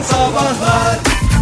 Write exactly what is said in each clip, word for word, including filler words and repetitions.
Sabahlar.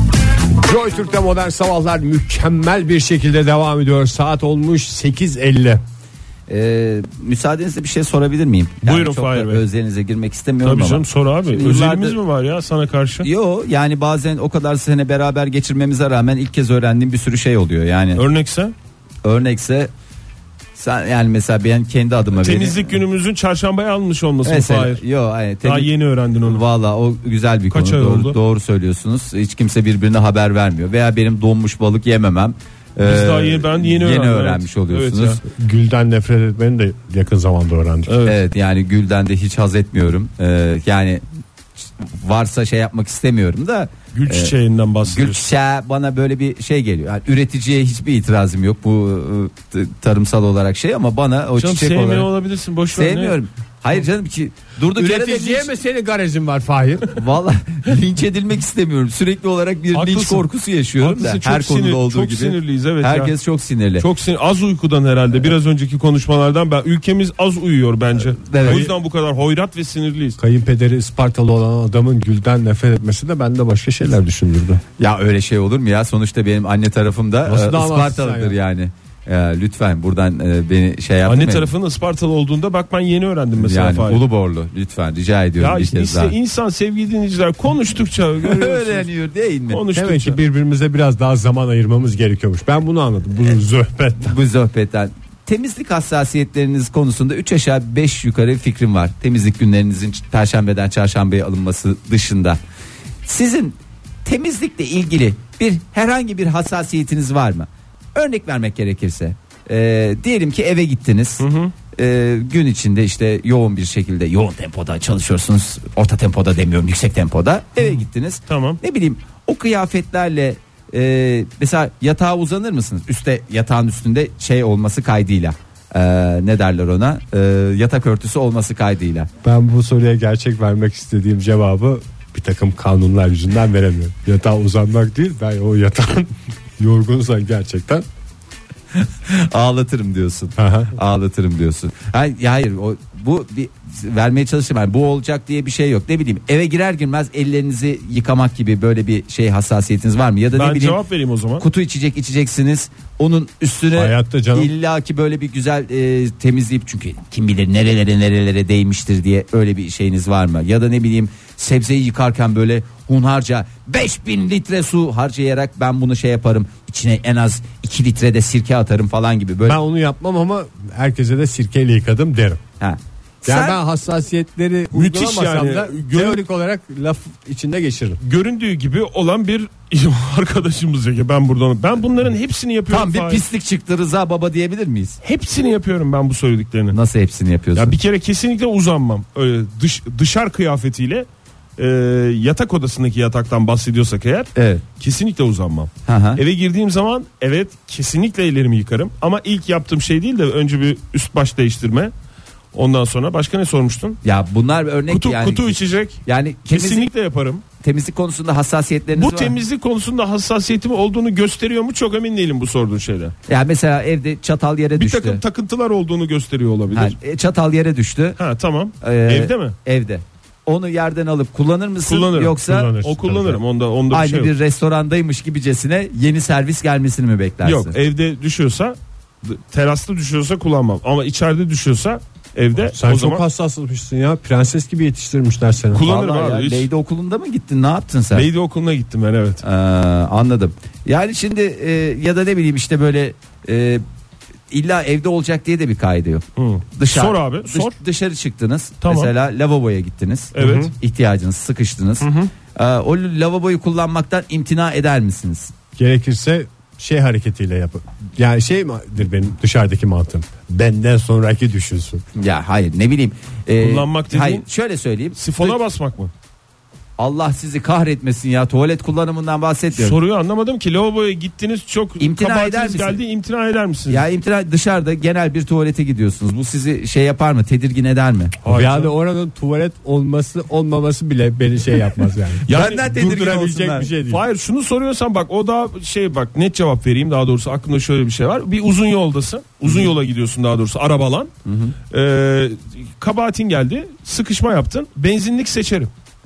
Joy Türk'te modern sabahlar mükemmel bir şekilde devam ediyor. Saat olmuş sekiz elli. Ee, müsaadenizle bir şey sorabilir miyim? Yani Buyurun çok Fahir Bey. Özlerinize girmek istemiyorum Tabii ama. canım, sor abi. Şimdi Özelimiz yıllardır- mi var ya sana karşı? Yo, yani bazen o kadar sene beraber geçirmemize rağmen ilk kez öğrendiğim bir sürü şey oluyor yani. Örnekse? Örnekse sen yani mesela ben kendi adıma Temizlik günümüzün çarşambaya almış olması mı mesela, Fahir? yo, hani Daha temiz- yeni öğrendin onu. Valla o güzel bir Kaç konu. ay Doğru, oldu? doğru söylüyorsunuz. Hiç kimse birbirine haber vermiyor. Veya benim donmuş balık yememem. Biz Ee, daha yeni, ben yeni, öğrendim, öğrenmiş evet. oluyorsunuz. Evet Evet, Gülden nefret etmeni de yakın zamanda öğrendik. Evet. yani gülden de hiç haz etmiyorum. Ee, yani varsa şey yapmak istemiyorum da. Gül e, çiçeğinden Gül bahsediyorsun. çiçeği bana böyle bir şey geliyor. Yani üreticiye hiçbir itirazım yok bu e, tarımsal olarak şey, ama bana o Canım çiçek sevmiyor olarak olabilirsin, boş ver. sevmiyorum. Hayır canım, ki durduk yere de Üreticiye linç- mi senin garajın var Fahir? Vallahi linç edilmek istemiyorum. Sürekli olarak bir Haklısın. linç korkusu yaşıyorum Haklısın, da çok her konuda sinir- olduğu çok gibi. sinirliyiz, evet Herkes ya. çok sinirli. Çok sinir, az uykudan herhalde. Biraz önceki konuşmalardan ben ülkemiz az uyuyor bence. Evet. O yüzden bu kadar hoyrat ve sinirliyiz. Kayınpederi Ispartalı olan adamın Gülden nefret etmesi de bende başka şeyler düşündürdü. Ya öyle şey olur mu ya? Sonuçta benim anne tarafım da Nasıl e, damatsın Ispartalıdır sen ya? yani. E, lütfen buradan e, beni şey Anne yapmayın. tarafının Ispartalı olduğunda bak ben yeni öğrendim mesela yani Fahir. Uluborlu, lütfen rica ediyorum Ya bir işte, kez işte daha. insan, sevgili dinleyiciler, konuştukça görüyorsunuz. Öğreniyor değil mi? Konuştukça. Demek ki birbirimize biraz daha zaman ayırmamız gerekiyormuş. Ben bunu anladım. Bu zöhbetten. Bu sohbetten. Temizlik hassasiyetleriniz konusunda üç aşağı beş yukarı fikrim var. Temizlik günlerinizin perşembeden çarşambaya alınması dışında. Sizin temizlikle ilgili bir herhangi bir hassasiyetiniz var mı? Örnek vermek gerekirse. E, diyelim ki eve gittiniz. Hı hı. E, gün içinde işte yoğun bir şekilde yoğun tempoda çalışıyorsunuz. Orta tempoda demiyorum, yüksek tempoda. Eve gittiniz. Tamam. Ne bileyim, o kıyafetlerle e, mesela yatağa uzanır mısınız? Üste, yatağın üstünde şey olması kaydıyla. E, ne derler ona? E, yatak örtüsü olması kaydıyla. Ben bu soruya gerçek vermek istediğim cevabı bir takım kanunlar yüzünden veremiyorum. Yatağa uzanmak değil, ben o yatağın yorgunsa gerçekten Ağlatırım diyorsun. Aha. Ağlatırım diyorsun. Hayır, hayır o bu bir vermeye çalıştım. Yani bu olacak diye bir şey yok. Ne bileyim, eve girer girmez ellerinizi yıkamak gibi böyle bir şey hassasiyetiniz var mı? Ya da Ben ne bileyim, cevap vereyim o zaman. kutu içecek içeceksiniz. Onun üstüne Hayatta canım. illaki böyle bir güzel e, temizleyip, çünkü kim bilir nerelere nerelere değmiştir diye öyle bir şeyiniz var mı? Ya da ne bileyim, sebzeyi yıkarken böyle hunharca beş bin litre su harcayarak ben bunu şey yaparım. İçine en az iki litre de sirke atarım falan gibi böyle. ben onu yapmam ama herkese de sirkeyle yıkadım derim. Ha. Yani Sen- ben hassasiyetleri Müthiş uygulamasam yani. da Gör- teorik olarak laf içinde geçiririm. Göründüğü gibi olan bir arkadaşımız ya, ben buradan ben bunların hepsini yapıyorum. Tam bir Fahir. pislik çıktı Rıza baba diyebilir miyiz? Hepsini yapıyorum ben bu söylediklerini. Nasıl hepsini yapıyorsun? Ya bir kere kesinlikle uzanmam. Öyle dış dışarı kıyafetiyle e, yatak odasındaki yataktan bahsediyorsak eğer, Evet. kesinlikle uzanmam. Hı hı. Eve girdiğim zaman evet kesinlikle ellerimi yıkarım, ama ilk yaptığım şey değil de önce bir üst baş değiştirme. Ondan sonra başka ne sormuştun? Ya bunlar örnek Kutu yani. kutu içecek. Yani temizlik, Kesinlikle yaparım. temizlik konusunda hassasiyetleriniz Bu var. temizlik konusunda hassasiyetim olduğunu gösteriyor mu? Çok emin değilim bu sorduğun şeyden. Ya mesela evde çatal yere Bir düştü. takım takıntılar olduğunu gösteriyor olabilir. Ha, Ha, e, çatal yere düştü. tamam. Ee, Evde mi? Evde. Onu yerden alıp kullanır mısın? Kullanırım. Yoksa Kullanır. O kullanırım. Onda onda bir aynı şey yok. bir restorandaymış gibicesine yeni servis gelmesini mi beklersin? Yok, evde düşüyorsa, terasta düşüyorsa kullanmam, ama içeride düşüyorsa evde Sen o çok zaman hassasmışsın ya. Prenses gibi yetiştirmişler seni. kullanırım Vallahi abi. ya, Hiç- Leydi okulunda mı gittin? Ne yaptın sen? Leydi okuluna gittim ben, evet. Ee, anladım. Yani şimdi e, ya da ne bileyim işte böyle e, illa evde olacak diye de bir kaydı yok. Hı. Dışarı, Sor abi, dış- sor. Dışarı çıktınız. Tamam. Mesela lavaboya gittiniz. Evet. Hı hı. İhtiyacınız, sıkıştınız. Ee, o lavaboyu kullanmaktan imtina eder misiniz? Gerekirse şey hareketiyle yapın. Yani şey midir benim dışarıdaki mantığım? Benden sonraki düşünsün. Ya hayır, ne bileyim. e, Kullanmak dediğin- Hayır, şöyle söyleyeyim. Sifona basmak mı? Allah sizi kahretmesin ya, tuvalet kullanımından bahsetmiyorum. Soruyu anlamadım ki. Lavaboya gittiniz, çok İmtina eder kabahatiniz misin? geldi, imtina eder misiniz? Ya imtina, dışarıda genel bir tuvalete gidiyorsunuz. Bu sizi şey yapar mı? Tedirgin eder mi? Hayır yani canım. oranın tuvalet olması olmaması bile beni şey yapmaz yani. Yani Benden tedirgin Durdurabilecek olsunlar. bir şey değil. Hayır, şunu soruyorsan bak, o da şey, bak net cevap vereyim, daha doğrusu aklımda şöyle bir şey var. Bir uzun yoldasın. Uzun yola gidiyorsun, daha doğrusu arabalan. Ee, kabahatin geldi, sıkışma yaptın. Benzinlik seçerim.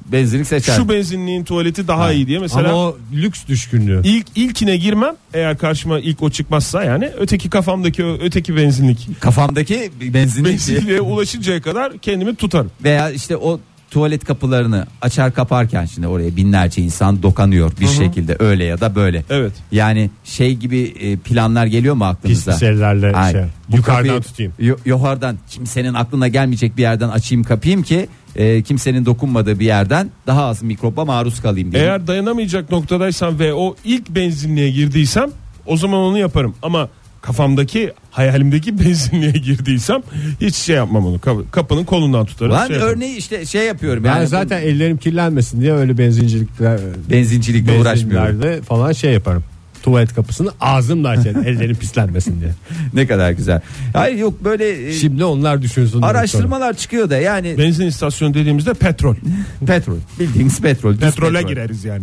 benzinlik seçer. Şu benzinliğin tuvaleti daha ha. iyi diye mesela. Ama o lüks düşkünlüğü. İlk ilkine girmem eğer karşıma ilk o çıkmazsa, yani öteki kafamdaki öteki benzinlik. Kafamdaki benzinlik benzinliğe ulaşıncaya kadar kendimi tutarım. Veya işte o tuvalet kapılarını açar kaparken şimdi oraya binlerce insan dokanıyor bir Hı-hı. şekilde, öyle ya da böyle. Evet. Yani şey gibi planlar geliyor mu aklınıza? Pisliserlerle şey, yukarıdan kapıyı, tutayım. Y- yukarıdan kimsenin aklına gelmeyecek bir yerden açayım kapayım ki e, kimsenin dokunmadığı bir yerden daha az mikroba maruz kalayım diye. Eğer dayanamayacak noktadaysam ve o ilk benzinliğe girdiysem o zaman onu yaparım. Ama kafamdaki hayalimdeki benzinliğe girdiysem hiç şey yapmam onu. Kapının kolundan tutarım. Ben şey örneği işte şey yapıyorum. Ben yani zaten bu... ellerim kirlenmesin diye öyle benzincilikler benzincilikle uğraşmıyorum falan şey yaparım. Tuvalet kapısını ağzımla açarım ellerim pislenmesin diye. Ne kadar güzel. Hayır yok böyle. Şimdi onlar düşünsün. Araştırmalar çıkıyor da yani. Benzin istasyonu dediğimizde petrol. Petrol. Bildiğiniz petrol. Petrole petrol. gireriz yani.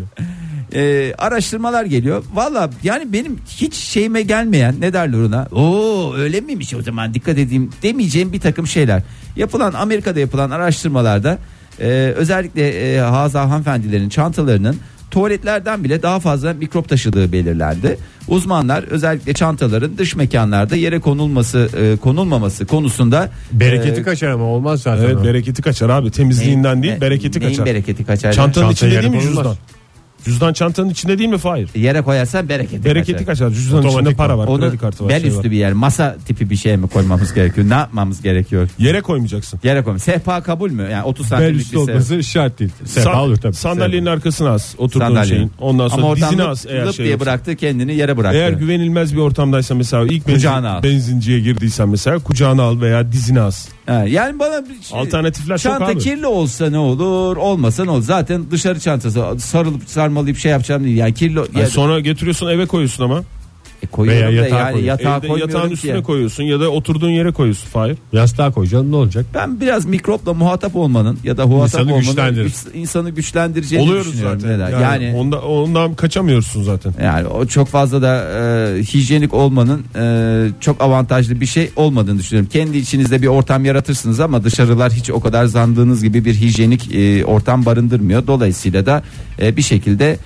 Ee, araştırmalar geliyor. Valla yani benim hiç şeyime gelmeyen, ne derler ona? Oo öyle miymiş o zaman, dikkat edeyim demeyeceğim bir takım şeyler. Yapılan Amerika'da yapılan araştırmalarda e, özellikle e, haza hanımefendilerin çantalarının tuvaletlerden bile daha fazla mikrop taşıdığı belirlendi. Uzmanlar özellikle çantaların dış mekanlarda yere konulması e, konulmaması konusunda bereketi e, kaçar ama olmaz zaten. Evet o. bereketi kaçar abi, temizliğinden ne, değil bereketi neyin kaçar. bereketi kaçar? Çantanın Çanta içinde değil mi konulmaz. cüzdan? Cüzdan çantanın içinde değil mi Fahir? Yere koyarsan bereketi, bereketi kaçar. kaçar. Cüzdanın Otomatik içinde para var, onu kredi kartı var. bel şey üstü var. bir yer, masa tipi bir şey mi koymamız gerekiyor? Ne yapmamız gerekiyor? Yere koymayacaksın. Yere koyma. Sehpa kabul mü? Yani otuz Bel santimlik üstü bir sehpa. olması şart değil. Sehpa Sa- olur tabii. Sandalyenin arkasına as oturduğun Sandalye. şeyin. Ondan sonra Ama dizine oradan as lıp, eğer lıp şey diye yoksa. bıraktı, kendini yere bıraktı. Eğer güvenilmez bir ortamdaysa mesela ilk benzin, Kucağına al. benzinciye girdiysen mesela kucağına al veya dizine as. Ha, yani bana bir şey, Alternatifler çok çanta abi. kirli olsa ne olur, olmasa ne olur? Zaten dışarı çantası sarılıp sarmalayıp şey yapacağım değil. Yani kirli. Yani ya, sonra getiriyorsun eve koyuyorsun ama. E koyuyorum Veya da yatağa yani koy. yatağa Evde koymuyorum yatağın ki. üstüne koyuyorsun ya da oturduğun yere koyuyorsun Fahir. Yastığa koyacaksın, ne olacak? Ben biraz mikropla muhatap olmanın ya da muhatap İnsanı olmanın güçlendirir. güç- insanı güçlendireceğini Oluyoruz düşünüyorum. zaten. Neden? Yani, Yani, onda, ondan kaçamıyorsun zaten. yani o çok fazla da e, hijyenik olmanın e, çok avantajlı bir şey olmadığını düşünüyorum. Kendi içinizde bir ortam yaratırsınız ama dışarılar hiç o kadar sandığınız gibi bir hijyenik e, ortam barındırmıyor. Dolayısıyla da e, bir şekilde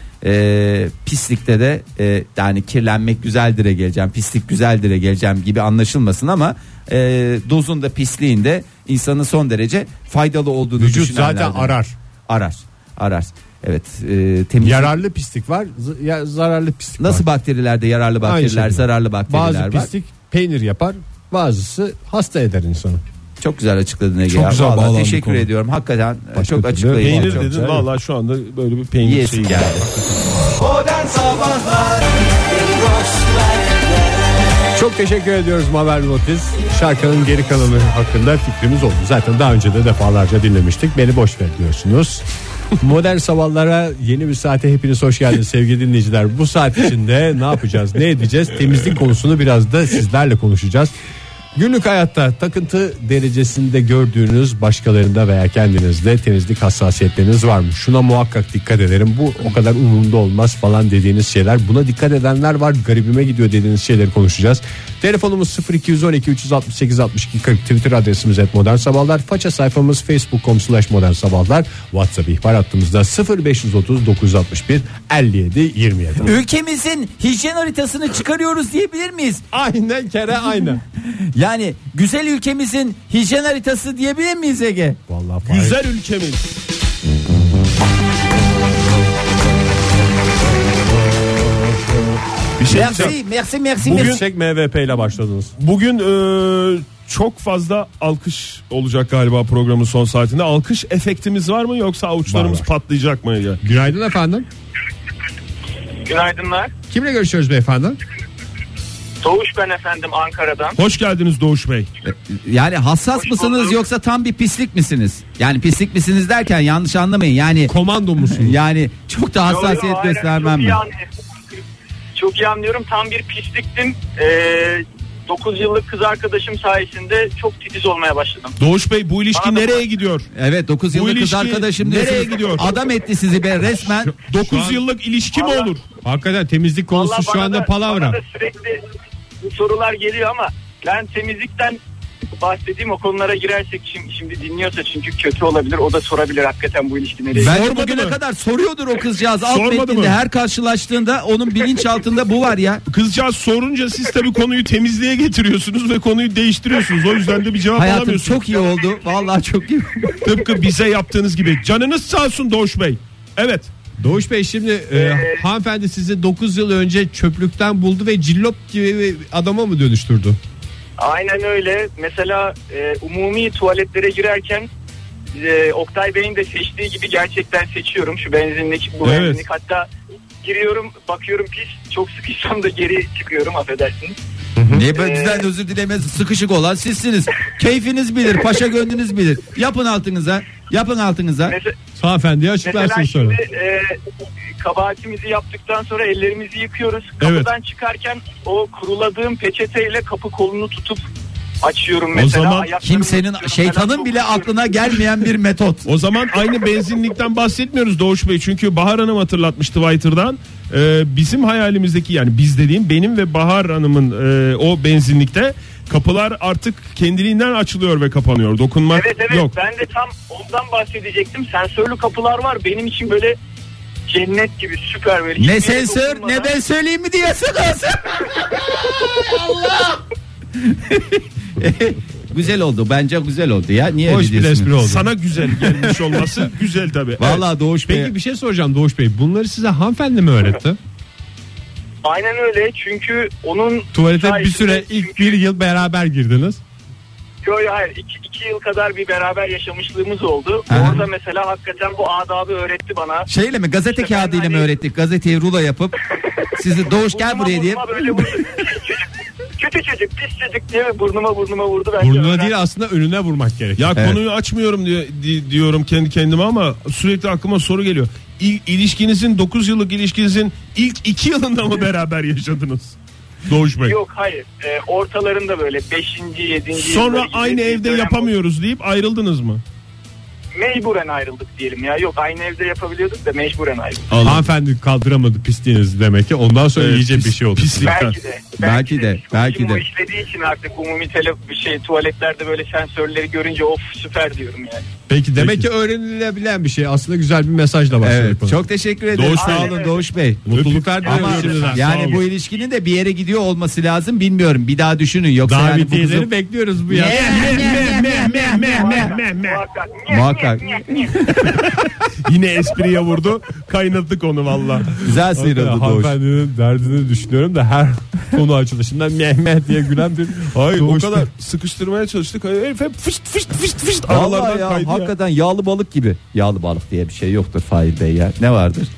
e, pislikte de e, yani kirlenmek güzeldir'e geleceğim, pislik güzeldir'e geleceğim gibi anlaşılmasın ama e, dozun da pisliğin de insanın son derece faydalı olduğunu Vücut düşünenlerden. zaten arar. Arar. Arar. Evet. E, temizlik. Yararlı pislik var, z- ya, zararlı pislik Nasıl var. bakterilerde yararlı Aynı bakteriler, şekilde. zararlı bakteriler Bazı var. pislik peynir yapar, bazısı hasta eder insanı. Çok güzel açıkladın Ege. Çok ya. güzel Vallahi bağlandık teşekkür ona. ediyorum. Hakikaten Başka çok türlü açıklayıcı. Peynir Çok dedin güzel. valla şu anda böyle bir peynir Yes şeyi geldi. Modern Sabahlar Çok teşekkür ediyoruz Mabel Notiz. Şarkının geri kalanı hakkında fikrimiz oldu. Zaten daha önce de defalarca dinlemiştik. Beni boş ver diyorsunuz. Modern sabahlara yeni bir saate hepiniz hoş geldiniz sevgili dinleyiciler. Bu saat içinde ne yapacağız, ne edeceğiz? Temizlik konusunu biraz da sizlerle konuşacağız. Günlük hayatta takıntı derecesinde gördüğünüz başkalarında veya kendinizde temizlik hassasiyetleriniz var mı? Şuna muhakkak dikkat ederim, bu o kadar umurumda olmaz falan dediğiniz şeyler. Buna dikkat edenler var, garibime gidiyor dediğiniz şeyleri konuşacağız. Telefonumuz sıfır iki on iki üç altı sekiz altmış iki kırk, Twitter adresimiz et modern sabahlar, faça sayfamız facebook nokta com slash modern sabahlar, WhatsApp ihbar hattımızda sıfır beş otuz dokuz altmış bir elli yedi yirmi yedi. Ülkemizin hijyen haritasını çıkarıyoruz diyebilir miyiz? Aynen kere aynı. Yani güzel ülkemizin hijyen haritası diyebilir miyiz Ege? Vallahi Güzel ülkemiz. Bir şey Merci, diyeceğim. merci, merci, Bugün merci. çek M V P ile başladınız. Bugün e, çok fazla alkış olacak galiba programın son saatinde. Alkış efektimiz var mı yoksa avuçlarımız Var, var. patlayacak mı? Ya? Günaydın efendim. Günaydınlar. Kimle görüşüyoruz beyefendi? Doğuş ben efendim Ankara'dan. Hoş geldiniz Doğuş Bey. Yani hassas Hoş mısınız bulduk. yoksa tam bir pislik misiniz? Yani pislik misiniz derken yanlış anlamayın. Yani Komando musunuz? yani çok da Yo, yo, hassasiyet aynen. göstermem çok mi? iyi anlıyorum. Çok iyi anlıyorum. Tam bir pisliktim. Ee, dokuz yıllık kız arkadaşım sayesinde çok titiz olmaya başladım. Doğuş Bey bu ilişki Bana da- nereye gidiyor? Evet, dokuz Bu yıllık kız ilişki arkadaşım nereye diyorsunuz. gidiyor? Adam etti sizi be resmen. dokuz an- yıllık ilişki mi Vallahi- olur? Hakikaten temizlik konusu Vallahi şu bana anda da- palavra. Bana da sürekli bu sorular geliyor ama ben temizlikten bahsettiğim o konulara girersek şimdi, şimdi dinliyorsa çünkü kötü olabilir. O da sorabilir hakikaten bu ilişki nereye. Bence Sormadı bugüne mı? kadar soruyordur o kızcağız. Alt Sormadı metninde mı? her karşılaştığında onun bilinç altında bu var ya. Kızcağız sorunca siz tabii konuyu temizliğe getiriyorsunuz ve konuyu değiştiriyorsunuz. O yüzden de bir cevap Hayatım alamıyorsunuz. çok iyi oldu. Vallahi çok iyi. Tıpkı bize yaptığınız gibi. Canınız sağ olsun Doğuş Bey. Evet. Doğuş Bey şimdi e, hanımefendi sizi dokuz yıl önce çöplükten buldu ve cillop gibi bir adama mı dönüştürdü? Aynen öyle. Mesela e, umumi tuvaletlere girerken e, Oktay Bey'in de seçtiği gibi gerçekten seçiyorum. Şu benzinlik, bu Evet. benzinlik. Hatta giriyorum, bakıyorum pis. Çok sıkışsam da geri çıkıyorum, affedersiniz. Niye böyle bizden özür dilemez? Sıkışık olan sizsiniz. Keyfiniz bilir, paşa gönlünüz bilir. Yapın altınıza. Yapın altınıza. Mesela, Hanımefendiye açıklarsın mesela sonra. şimdi e, kabahatimizi yaptıktan sonra ellerimizi yıkıyoruz. Kapıdan çıkarken o kuruladığım peçeteyle kapı kolunu tutup açıyorum mesela. zaman Ayaklarımı Kimsenin, tutuyorum şeytanın falan, bile sokuyorum. aklına gelmeyen bir metot. O zaman aynı benzinlikten bahsetmiyoruz Doğuş Bey. Çünkü Bahar Hanım hatırlatmıştı Twitter'dan. Ee, bizim hayalimizdeki, yani biz dediğim benim ve Bahar Hanım'ın e, o benzinlikte kapılar artık kendiliğinden açılıyor ve kapanıyor. Dokunmak Evet evet, yok. ben de tam ondan bahsedecektim. Sensörlü kapılar var. Benim için böyle cennet gibi, süper böyle. Ne Hiçbir yere sensör dokunmadan- ne ben söyleyeyim mi diyorsunuz? Allah. Güzel oldu, bence güzel oldu ya. Niye Hoş öyle bir diyorsunuz? espri oldu. Sana güzel gelmiş olması güzel tabii. Vallahi Doğuş Bey. Peki bir şey soracağım Doğuş Bey. Bunları size hanımefendi mi öğretti? Aynen öyle, çünkü onun Tuvalete bir sayesinde- süre ilk çünkü- bir yıl beraber girdiniz. Yok yok, hayır, iki, iki yıl kadar bir beraber yaşamışlığımız oldu. Aha. Orada mesela hakikaten bu adabı öğretti bana. Şeyle mi, gazete İşte ben kağıdıyla mı hani- öğrettik? Gazeteyi rulo yapıp sizi Doğuş gel Burnuma buraya diye. burnuma böyle vurdu. Çocuk, kötü çocuk, pis çocuk diye burnuma burnuma vurdu. Ben de Burnuna öğrendim. değil aslında önüne vurmak gerek. Ya Evet. konuyu açmıyorum diyor, di- diyorum kendi kendime ama sürekli aklıma soru geliyor. İl, ilişkinizin dokuz yıllık ilişkinizin ilk iki yılında mı beraber yaşadınız? Doğuş Bey. Yok hayır, e, ortalarında böyle beşinci yedinci Sonra aynı evde yapamıyoruz deyip ayrıldınız mı? Mecburen ayrıldık diyelim ya. Yok, aynı evde yapabiliyorduk da mecburen ayrıldık. Hanımefendi kaldıramadı pisliğinizi demek ki. Ondan sonra Evet, iyice pis- bir şey oldu. pislik. Belki de. Belki de, belki Psikolojim de. o işlediği için artık umumi tele, bir şey tuvaletlerde böyle sensörleri görünce of süper diyorum yani. Peki demek Peki. ki öğrenilebilen bir şey. Aslında güzel bir mesajla başladık. Evet, buna. çok teşekkür ederim. Doğuş Sağ Bey. olun Doğuş Bey. Mutluluklar diliyorum Ama şimdiden. Sağ yani olun. bu ilişkinin de bir yere gidiyor olması lazım, bilmiyorum. Bir daha düşünün, yoksa Daha yani bu hediyeleri kızı... bekliyoruz bu ya. Muhakkak. Muhakkak. Yine espriye vurdu. Kaynadık onu valla. Güzel sıyrıldı Doğuş. Hanımefendinin derdini düşünüyorum da her konu açılışında Mehmet diye gülen bir Hayır Doğuş o kadar sıkıştırmaya çalıştık. Hayır, herif hep fışt fışt fışt fışt aralardan Vallahi ya, kaydı ya. hakikaten yağlı balık gibi. Yağlı balık diye bir şey yoktur Fahir Bey ya. Ne vardır?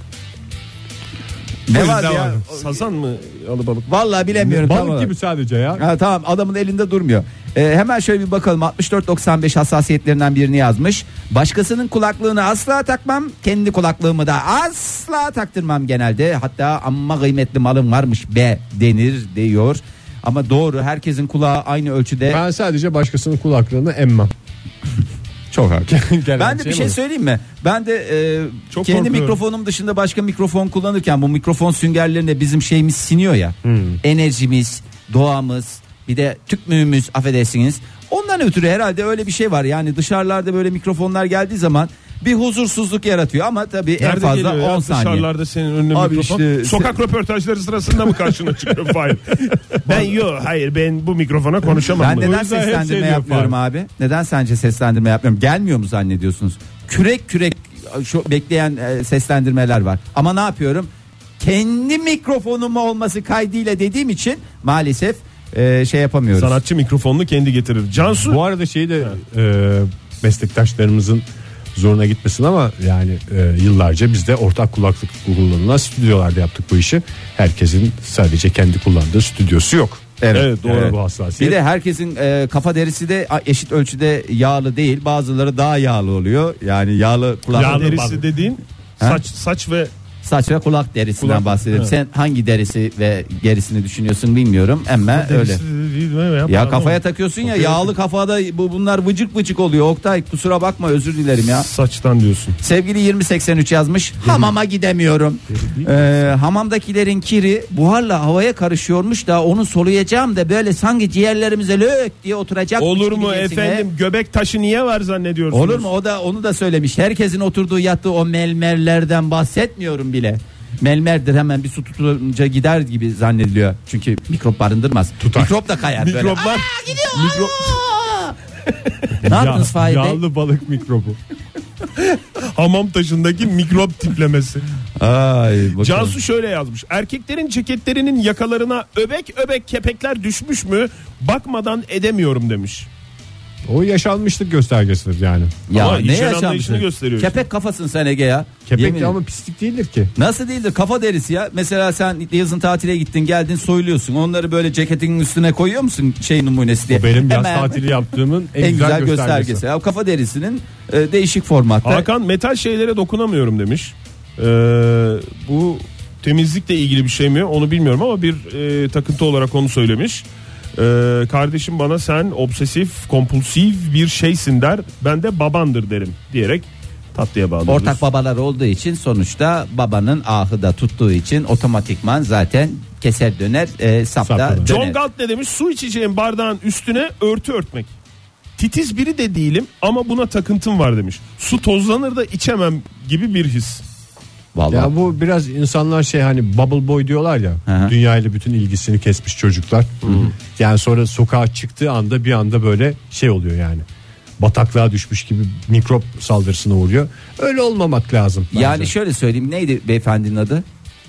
Ne var Ne ya? var? Sazan mı alabalık? Vallahi bilemiyorum. balık tamam. gibi sadece ya. Ha, tamam, adamın elinde durmuyor. Ee, hemen şöyle bir bakalım. altmış dört doksan beş hassasiyetlerinden birini yazmış. Başkasının kulaklığını asla takmam. Kendi kulaklığımı da asla taktırmam genelde. Hatta amma kıymetli malım varmış be denir diyor. Ama doğru, herkesin kulağı aynı ölçüde. Ben sadece başkasının kulaklığını emmem. Çok haklı. Gelen Ben de bir şey bu. söyleyeyim mi? Ben de e, Çok kendi korkuyorum. mikrofonum dışında başka mikrofon kullanırken bu mikrofon süngerlerine bizim şeyimiz siniyor ya. Enerjimiz, doğamız, bir de tükmüğümüz, affedersiniz. Ondan ötürü herhalde öyle bir şey var. Yani dışarılarda böyle mikrofonlar geldiği zaman bir huzursuzluk yaratıyor ama tabii en Nerede fazla geliyor ya? on saniye. Dışarılarda senin önüne Abi mikrofon. işte- Sokak röportajları sırasında mı karşına çıkıyor Fahir? Ben yok hayır ben bu mikrofona konuşamam. Ben mı? neden O yüzden hep seslendirme şey diyor yapmıyorum abi? Neden sence seslendirme yapmıyorum? Gelmiyor mu zannediyorsunuz? Kürek kürek şu bekleyen e, seslendirmeler var. Ama ne yapıyorum? Kendi mikrofonum olması kaydıyla dediğim için maalesef e, şey yapamıyoruz. Sanatçı mikrofonunu kendi getirir. Cansu Bu arada şeyi de e, meslektaşlarımızın zoruna gitmesin ama yani e, yıllarca biz de ortak kulaklık kullanılan stüdyolarda yaptık bu işi. Herkesin sadece kendi kullandığı stüdyosu yok. Evet, doğru. Yani bu hassasiyet. Bir de herkesin e, kafa derisi de a- eşit ölçüde yağlı değil. Bazıları daha yağlı oluyor. Yani yağlı kulak yağ derisi pardon. dediğin Ha? saç saç ve Saç ve kulak derisinden Kulak, bahsediyorum. evet. Sen hangi derisi ve gerisini düşünüyorsun bilmiyorum ama öyle. Ya kafaya takıyorsun ya, yağlı kafada bu bunlar vıcık vıcık oluyor. Oktay kusura bakma, özür dilerim ya. Saçtan diyorsun. Sevgili yirmi seksen üç yazmış. Hamama gidemiyorum. Ee, hamamdakilerin kiri buharla havaya karışıyormuş da onu soluyacağım da böyle sanki ciğerlerimize lök diye oturacak. Olur mu efendim, göbek taşı niye var zannediyorsunuz? Olur mu? O da onu da söylemiş. Herkesin oturduğu yattığı o melmerlerden bahsetmiyorum bile. Melmerdir, hemen bir su tutunca gider gibi zannediliyor. Çünkü mikrop barındırmaz. Tutar. Mikrop da kayar böyle. Mikroplar. Mikrop. Ne yaptınız Fahir Bey? Yağlı balık mikrobu. Hamam taşındaki mikrop tiplemesi. Ay, bakalım. Cansu şöyle yazmış. Erkeklerin ceketlerinin yakalarına öbek öbek kepekler düşmüş mü? Bakmadan edemiyorum demiş. O yaşanmışlık göstergesidir yani. Ya Ama ne işin yaşanmış? anlayışını gösteriyor işte. Kepek kafasın sen Ege ya. Kepek Yemin de ama pislik değildir ki. Nasıl değildir? Kafa derisi ya. Mesela sen yazın tatile gittin, geldin, soyuluyorsun. Onları böyle ceketinin üstüne koyuyor musun şey numunesi diye? O benim yaz Hemen tatili yaptığımın en, en güzel, güzel göstergesi. göstergesi. Ya, kafa derisinin e, değişik formatta. Hakan metal şeylere dokunamıyorum demiş. Ee, bu temizlikle ilgili bir şey mi onu bilmiyorum ama bir e, takıntı olarak onu söylemiş. Ee, kardeşim bana sen obsesif kompulsif bir şeysin der, ben de babandır derim diyerek tatlıya bağlıyoruz. Ortak babalar olduğu için sonuçta babanın ahı da tuttuğu için otomatikman zaten keser döner, e, sapta Sapta döner. döner. John Galt ne demiş? Su içeceğim bardağın üstüne örtü örtmek. Titiz biri de değilim ama buna takıntım var demiş. Su tozlanır da içemem gibi bir his. Vallahi. Ya bu biraz insanlar şey, hani bubble boy diyorlar ya. Hı-hı. Dünyayla bütün ilgisini kesmiş çocuklar. Hı-hı. Yani sonra sokağa çıktığı anda bir anda böyle şey oluyor yani. Bataklığa düşmüş gibi mikrop saldırısına uğruyor. Öyle olmamak lazım bence. Yani şöyle söyleyeyim, neydi beyefendinin adı?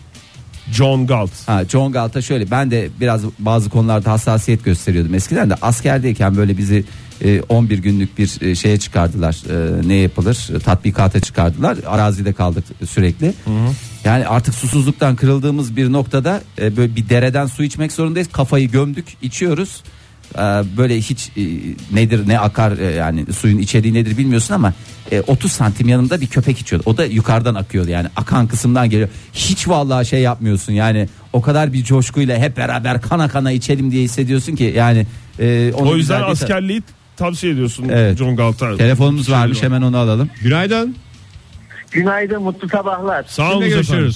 John Galt. Ha, John Galt'a şöyle, ben de biraz bazı konularda hassasiyet gösteriyordum eskiden de. Askerdeyken böyle bizi e, on bir günlük bir e, şeye çıkardılar. E, ne yapılır? E, tatbikata çıkardılar. Arazide kaldık sürekli. Hı hı. Yani artık susuzluktan kırıldığımız bir noktada e, böyle bir dereden su içmek zorundayız. Kafayı gömdük, içiyoruz. E, böyle hiç e, nedir ne akar e, yani suyun içeriği nedir bilmiyorsun ama e, otuz santim yanında bir köpek içiyordu. O da yukarıdan akıyordu, yani akan kısımdan geliyor. Hiç vallahi şey yapmıyorsun yani, o kadar bir coşkuyla hep beraber kana kana içelim diye hissediyorsun ki yani. E, O yüzden askerliği tavsiye ediyorsun, evet. John Galt'a. Telefonumuz şey varmış, var. hemen onu alalım. Günaydın. Günaydın, mutlu sabahlar. Sağ olun Görüşürüz.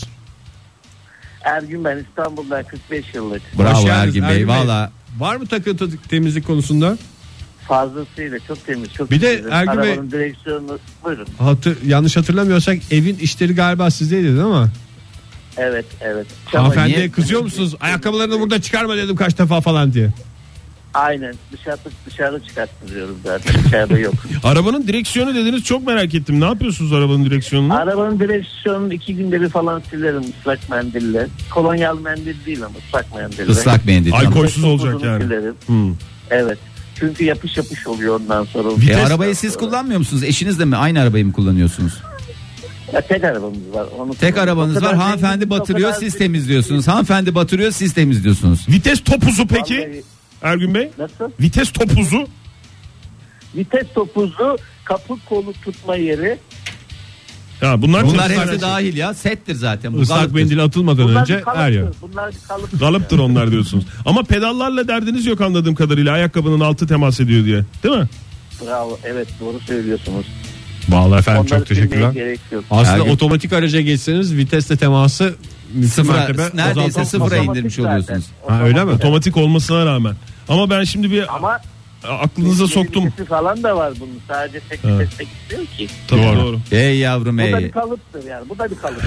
Ergün ben, İstanbul'dan, kırk beş yıllık. Bravo Hoş geldiniz Ergin Bey, Ergin Bey. valla. Var mı takıntı temizlik konusunda? Fazlasıyla çok temiz, çok Bir de temiz. Ergün Bey- Arabanın direksiyonu, buyurun. Hatır, yanlış hatırlamıyorsak evin işleri galiba sizdeydi değil mi? Evet, evet. Hanımefendiye niye- kızıyor musunuz? Ayakkabılarını burada çıkarma dedim kaç defa falan diye. Aynen, dışarı, dışarı çıkarttırıyorum zaten, içeride yok. Arabanın direksiyonu dediniz, çok merak ettim. Ne yapıyorsunuz arabanın direksiyonunu? Arabanın direksiyonunu iki günde bir falan silerim ıslak mendille. Kolonyal mendil değil ama ıslak mendille. Islak mendil. Alkol- tamam. Koysuz olacak Topuzunu yani. silerim. Hmm. Evet. Çünkü yapış yapış oluyor ondan sonra. E, Vites- arabayı siz kullanmıyor musunuz? Eşiniz de mi aynı arabayı mı kullanıyorsunuz? Ya tek arabamız var. Onu Tek arabanız O kadar var. Hanımefendi zengin, o batırıyor, kadar siz zengin. temizliyorsunuz. Hanımefendi batırıyor, siz temizliyorsunuz. Vites topuzu peki Vallahi- Ergün Bey? Nasıl? Vites topuzu. Vites topuzu, kapı kolu tutma yeri. Ya bunlar Bunlar çok- hepsi dahil ya. Settir zaten. Bu Islak kalıptır. mendil atılmadan Bunlar önce bir kalıptır. her yer. Bunlar bir kalıptır. Kalıptır onlar diyorsunuz. Ama pedallarla derdiniz yok anladığım kadarıyla, ayakkabının altı temas ediyor diye. Değil mi? Bravo, evet doğru söylüyorsunuz. Vallahi efendim Onları çok teşekkürler. silmeye gerek yok. Aslında Ergün- otomatik araca geçseniz vitesle teması mümkün Sıfıra, mertebe neredeyse azaltmak sıfıra lazım. indirmiş Otomatik oluyorsunuz. zaten. Ha, öyle mi? Otomatik olmasına rağmen. Ama ben şimdi bir Ama aklınıza soktum. vitesi falan da var bunun. Sadece tek Evet. viteste gitmiyor ki. Tabii Doğru. doğru. Ey yavrum Bu da ey. bir kalıptır yani. Bu da bir kalıp.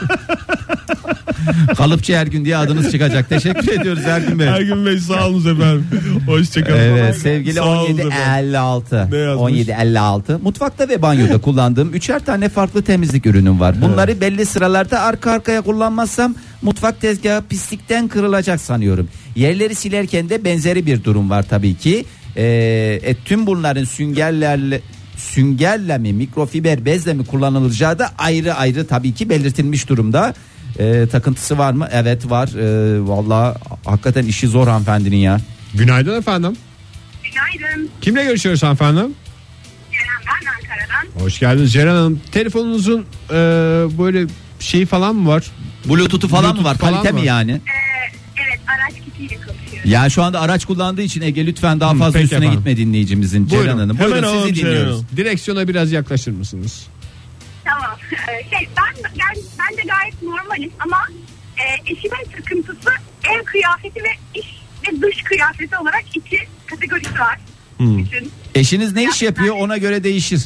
Kalıpçı Ergün diye adınız çıkacak. Teşekkür ediyoruz Ergün Bey. Ergün Bey sağ olun efendim. Hoşçakalın. Evet sevgili Sağ olun on yedi efendim. elli altı Ne yazmış? on yedi elli altı mutfakta ve banyoda kullandığım üçer tane farklı temizlik ürünüm var. Bunları belli sıralarda arka arkaya kullanmazsam mutfak tezgahı pislikten kırılacak sanıyorum. Yerleri silerken de benzeri bir durum var tabii ki. Ee, e, tüm bunların süngerlerle süngerle mi mikrofiber bezle mi kullanılacağı da ayrı ayrı tabii ki belirtilmiş durumda. Ee, takıntısı var mı? Evet var. Ee, vallahi hakikaten işi zor hanımefendinin ya. Günaydın efendim. Günaydın. Kimle görüşüyoruz hanımefendim? Ceren ben Ankara'dan. Hoş geldiniz Ceren Hanım. Telefonunuzun e, böyle şey falan mı var? Bluetooth'u falan Bluetooth mı var? falan Kalite mı? mi yani? Ee, evet, araç kitiyle konuşuyorum. Yani şu anda araç kullandığı için Ege lütfen daha Hı, fazla peki üstüne efendim. gitme dinleyicimizin. Buyurun. Ceren Hanım. Hemen Buyurun alalım sizi Ceren dinliyoruz. Hanım. Direksiyona biraz yaklaşır mısınız? Tamam. Ee, şey, ben, ben, ben de gayet normalim ama e, eşimin sıkıntısı ev kıyafeti ve iş ve dış kıyafeti olarak iki kategorisi var. Hmm. Bütün. Eşiniz ne iş yapıyor ona göre değişir.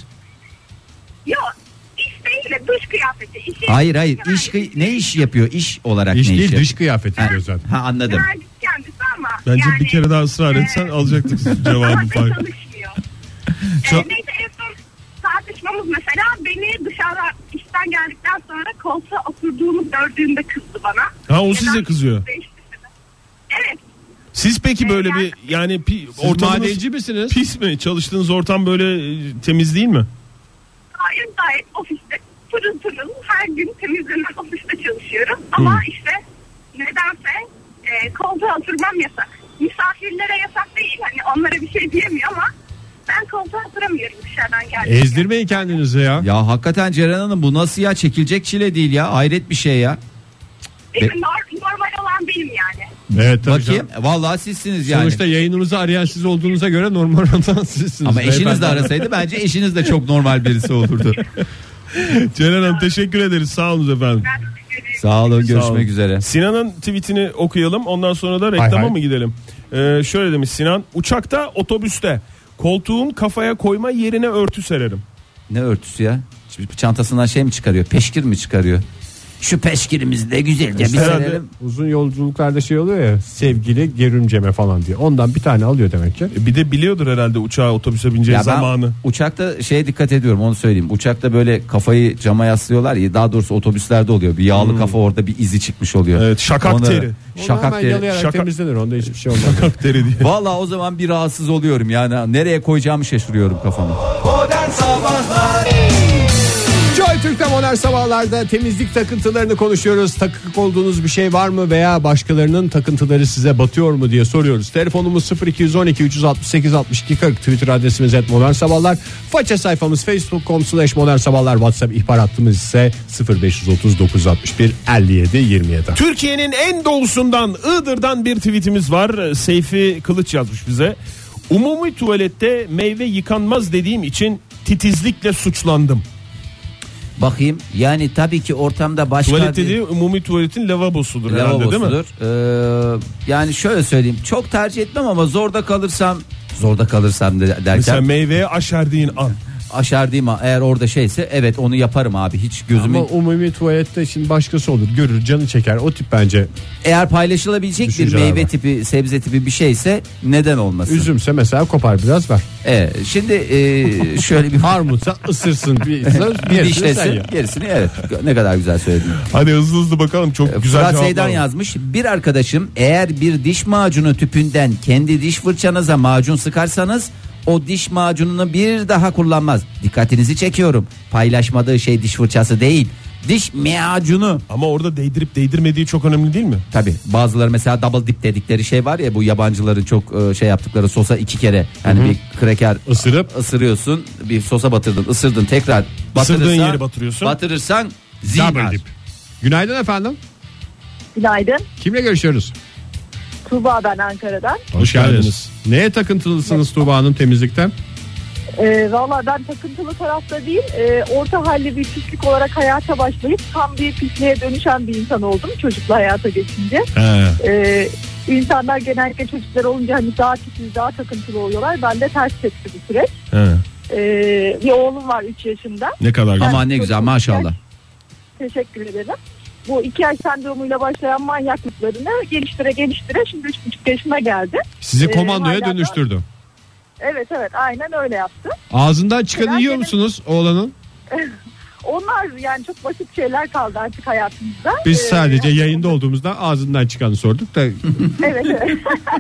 Yok, iş değil de dış kıyafeti. İşi, Hayır hayır yani iş kıy- ne iş yapıyor iş olarak İş ne değil iş dış yapıyor? kıyafeti diyor zaten. Ha anladım. mühendis kendisi ama. Bence yani, bir kere daha ısrar etsen e, alacaktık cevabı ama Fahir. çalışmıyor. Çok- Ee, neyse en son tartışmamız mesela beni dışarıda işten geldikten sonra koltuğa oturduğumu gördüğünde kızdı bana. Ha, o Neden size kızıyor. değiştirdi? Evet. Siz peki böyle bir yani pi, Siz ortamınız madenci misiniz? pis mi? Çalıştığınız ortam böyle e, temiz değil mi? Hayır, gayet ofiste pırıl pırıl her gün temizlenen ofiste çalışıyorum. Ama işte nedense e, koltuğa oturmam yasak. Misafirlere yasak değil. Hani onlara bir şey diyemiyor ama ben koltuğa oturamıyorum dışarıdan geldiğimde. Ezdirmeyin kendinizi ya. Ya hakikaten Ceren Hanım bu nasıl ya, çekilecek çile değil ya, hayret bir şey ya. Değil mi? Nor- normal olan benim yani. Evet tabii Bakayım canım. vallahi sizsiniz yani. Sonuçta yayınımızı arayan siz olduğunuza göre normal olan sizsiniz. Ama eşiniz de Beyefendi. arasaydı bence eşiniz de çok normal birisi olurdu. Ceren Hanım teşekkür ederiz. Sağ olun efendim. Ben teşekkür ederim. Sağ olun, görüşmek Sağ olun. üzere. Sinan'ın tweetini okuyalım. Ondan sonra da reklama Hay hay. mı gidelim? Ee, şöyle demiş Sinan. Uçakta, otobüste koltuğun kafaya koyma yerine örtü sererim. Ne örtüsü ya? Şimdi çantasından şey mi çıkarıyor? Peşkir mi çıkarıyor? Şu peşkirimizi de güzelce bir Herhalde- serelim. Uzun yolculuklarda şey oluyor ya, sevgili gerümceme falan diye. Ondan bir tane alıyor demek ki. E, bir de biliyordur herhalde uçağa, otobüse bineceği Ya ben zamanı. uçakta şeye dikkat ediyorum, onu söyleyeyim. Uçakta böyle kafayı cama yaslıyorlar ya, daha doğrusu otobüslerde oluyor. Bir yağlı kafa orada bir izi çıkmış oluyor. Evet, şakak Onu- teri. Onu Şakak hemen teri. yalayarak Şaka- temizlenir. Onda hiçbir şey olmaz. Şakak teri diye. Vallahi o zaman bir rahatsız oluyorum yani, nereye koyacağımı şaşırıyorum kafamı. Modern Sabahlar Joy Türk'te modern sabahlarda temizlik takıntılarını konuşuyoruz. Takık olduğunuz bir şey var mı veya başkalarının takıntıları size batıyor mu diye soruyoruz. Telefonumuz sıfır iki on iki üç altı sekiz altmış iki kırk, Twitter adresimiz et modern sabahlar. Faça sayfamız facebook nokta com slash modern sabahlar. WhatsApp ihbar hattımız ise sıfır beş otuz dokuz altmış bir elli yedi yirmi yedi. Türkiye'nin en doğusundan, Iğdır'dan bir tweetimiz var. Seyfi Kılıç yazmış bize. Umumi tuvalette meyve yıkanmaz dediğim için titizlikle suçlandım. Bakayım yani tabii ki ortamda başka Tuvalet bir- dediği umumi tuvaletin lavabosudur herhalde, değil mi? lavabosudur. Ee, yani şöyle söyleyeyim, çok tercih etmem ama zorda kalırsam zorda kalırsam de- derken Mesela meyveye aşerdiğin an. aşerdiyim ha, eğer orada şeyse evet onu yaparım abi, hiç gözümü. Ama umumi tuvalette şimdi başkası olur, görür, canı çeker. O tip bence. Eğer paylaşılabilecek bir Düşünceler meyve var. tipi, sebze tipi bir şeyse neden olmasın? Üzümse mesela kopar biraz ver. Evet, şimdi e, şöyle bir Armutsa ısırsın bir, bir gerisini sen dişlesin, ye. gerisini evet, ne kadar güzel söyledin. Hadi hızlı hızlı bakalım, çok güzel Fırat cevaplar Seydan var. yazmış. Bir arkadaşım, eğer bir diş macunu tüpünden kendi diş fırçanıza macun sıkarsanız o diş macununu bir daha kullanmaz. Dikkatinizi çekiyorum. Paylaşmadığı şey diş fırçası değil, diş macunu. Ama orada değdirip değdirmediği çok önemli değil mi? Tabi bazıları mesela double dip dedikleri şey var ya, bu yabancıların çok e, şey yaptıkları sosa iki kere yani bir kraker Isırıp? ısırıyorsun, bir sosa batırdın, ısırdın, tekrar batırırsan, Isırdığın yeri batırıyorsun. batırırsan Double zinar. dip. Günaydın efendim. Günaydın. Kimle görüşüyoruz? Tuğba ben Ankara'dan. Hoş geldiniz. Neye takıntılısınız Tuğba Hanım temizlikten? Ee, Valla ben takıntılı tarafta değil, e, orta halli bir pislik olarak hayata başlayıp tam bir pisliğe dönüşen bir insan oldum çocukla hayata geçince. He. Ee, insanlar genellikle çocuklar olunca hani daha titiz, daha takıntılı oluyorlar. Ben de ters tepki bir süreç. He. Ee, bir oğlum var üç yaşında. Ne kadar güzel. Ama ne güzel, maşallah. Teşekkür ederim. Bu iki yaş sendromuyla başlayan manyaklıklarını geliştire geliştire şimdi üç buçuk yaşına geldi. Sizi Ee, komandoya hala da- dönüştürdü. Evet evet aynen öyle yaptı. Ağzından çıkanı Merak yiyor ederim. musunuz oğlanın? Onlar yani çok basit şeyler kaldı artık hayatımızda. Biz Ee, sadece yayında olduğumuzda ağzından çıkanı sorduk da. Evet evet.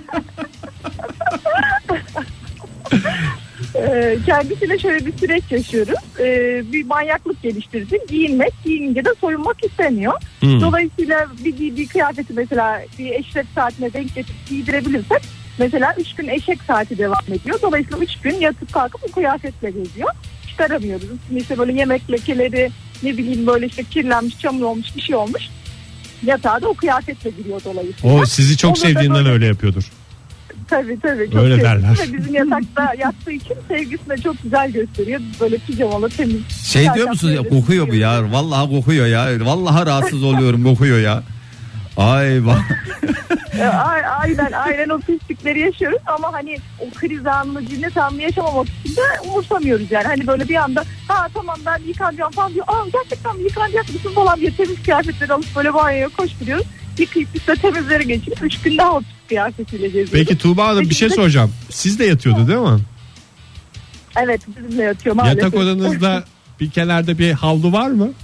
Ee, kendisiyle şöyle bir süreç yaşıyoruz. Ee, bir manyaklık geliştirdi. Giyinmek, giyinince de soyunmak istemiyor. Hmm. Dolayısıyla bir giydiği kıyafeti mesela bir eşref saatine denk getirip giydirebilirsek mesela üç gün eşek saati devam ediyor. Dolayısıyla üç gün yatıp kalkıp bu kıyafetle geziyor. Çıkaramıyoruz. Üstüne işte böyle yemek lekeleri, ne bileyim böyle işte kirlenmiş, çamur olmuş, bir şey olmuş. Yatağa da o kıyafetle giriyor dolayısıyla. O sizi çok Onu da sevdiğinden böyle- öyle yapıyordur. Tabii tabii. Çok Öyle sevdim. derler. Ve bizim yatakta yattığı için sevgisini de çok güzel gösteriyor. Böyle pijamalı, temiz. Şey diyor musunuz ya, kokuyor bu ya, vallahi kokuyor ya, vallahi rahatsız oluyorum, kokuyor ya. Ay bak. E, a- aynen aynen o pislikleri yaşıyoruz ama hani o kriz anını, cinnet anını yaşamamak için de umursamıyoruz yani. Hani böyle bir anda ha tamam ben yıkanacağım falan diyor. Aa gerçekten mi yıkanacak mısın falan diye temiz kıyafetleri alıp böyle banyoya koşturuyoruz. Yıkayıp biz de temizleri geçip üç gün daha o kıyafetiyle geziyoruz. Peki Tuğba Hanım bir şey soracağım. Siz de yatıyordu değil mi? Evet bizimle yatıyor maalesef. Yatak odanızda bir kenarda bir havlu var mı?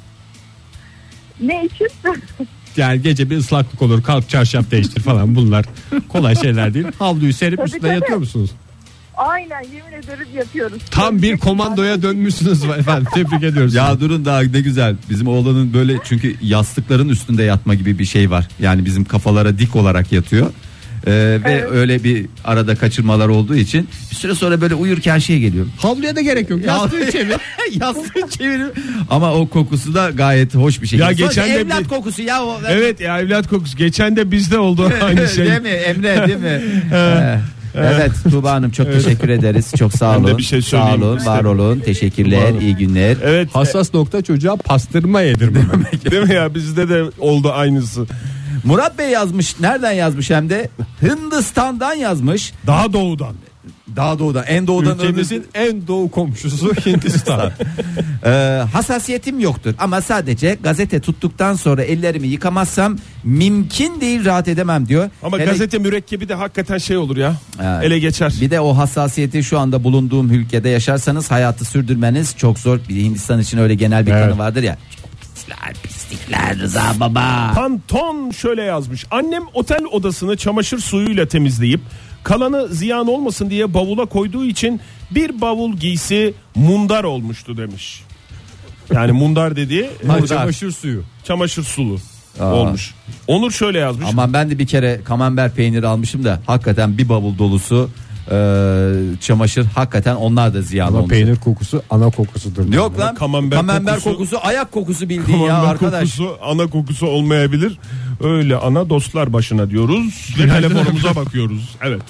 Ne için? Yani gece bir ıslaklık olur, kalk çarşaf değiştir falan, bunlar kolay şeyler değil. Havluyu serip Tabii, üstüne tabii. yatıyor musunuz? Aynen yemin ederim yapıyoruz. Tam bir komandoya dönmüşsünüz efendim, tebrik ediyoruz. Ya durun daha ne güzel. Bizim oğlanın böyle, çünkü yastıkların üstünde yatma gibi bir şey var. Yani bizim kafalara dik olarak yatıyor. Ee, ve Evet. öyle bir arada kaçırmalar olduğu için bir süre sonra böyle uyurken şey geliyor. Havluya da gerek yok. Yastığı çevir. Yastığı çevir. Ama o kokusu da gayet hoş bir şekilde. Ya Sonuçta geçen de evlat bir- kokusu ya o. Evet ya, evlat kokusu. Geçen de bizde oldu aynı şey. Değil mi Emre, değil mi? Ee, Evet Tuğba Hanım çok teşekkür ederiz. Çok sağ Ben de olun. bir şey sağ söyleyeyim olun, var isterim. olun. Teşekkürler, iyi günler. Evet. Hassas nokta çocuğa pastırma yedirmemek. Değil mi ya, bizde de oldu aynısı. Murat Bey yazmış. Nereden yazmış hem de? Hindistan'dan yazmış. Daha doğudan. Daha doğudan, en doğudan. Ülkemizin en doğu komşusu Hindistan. Ee, hassasiyetim yoktur ama sadece gazete tuttuktan sonra ellerimi yıkamazsam mümkün değil, rahat edemem diyor. Ama Hele- gazete mürekkebi de hakikaten şey olur ya. Evet. Ele geçer. Bir de o hassasiyeti şu anda bulunduğum ülkede yaşarsanız hayatı sürdürmeniz çok zor. Bir de Hindistan için öyle genel bir Evet. kanı vardır ya. Pislikler, pislikler Rıza baba. Panton şöyle yazmış. Annem otel odasını çamaşır suyuyla temizleyip kalanı ziyan olmasın diye bavula koyduğu için bir bavul giysi mundar olmuştu demiş. Yani mundar dediği Ha, Mundar. çamaşır suyu. çamaşır sulu Aa. olmuş. Onur şöyle yazmış. Ama ben de bir kere kamembert peyniri almışım da hakikaten bir bavul dolusu e, çamaşır, hakikaten onlar da ziyan Ama olmuş. peynir kokusu ana kokusudur. Yok lan, Kamembert kamembert, kokusu- kokusu, ayak kokusu bildiğin ya Kamembert arkadaş. kokusu ana kokusu olmayabilir. Öyle ana dostlar başına diyoruz ve telefonumuza bakıyoruz. Evet.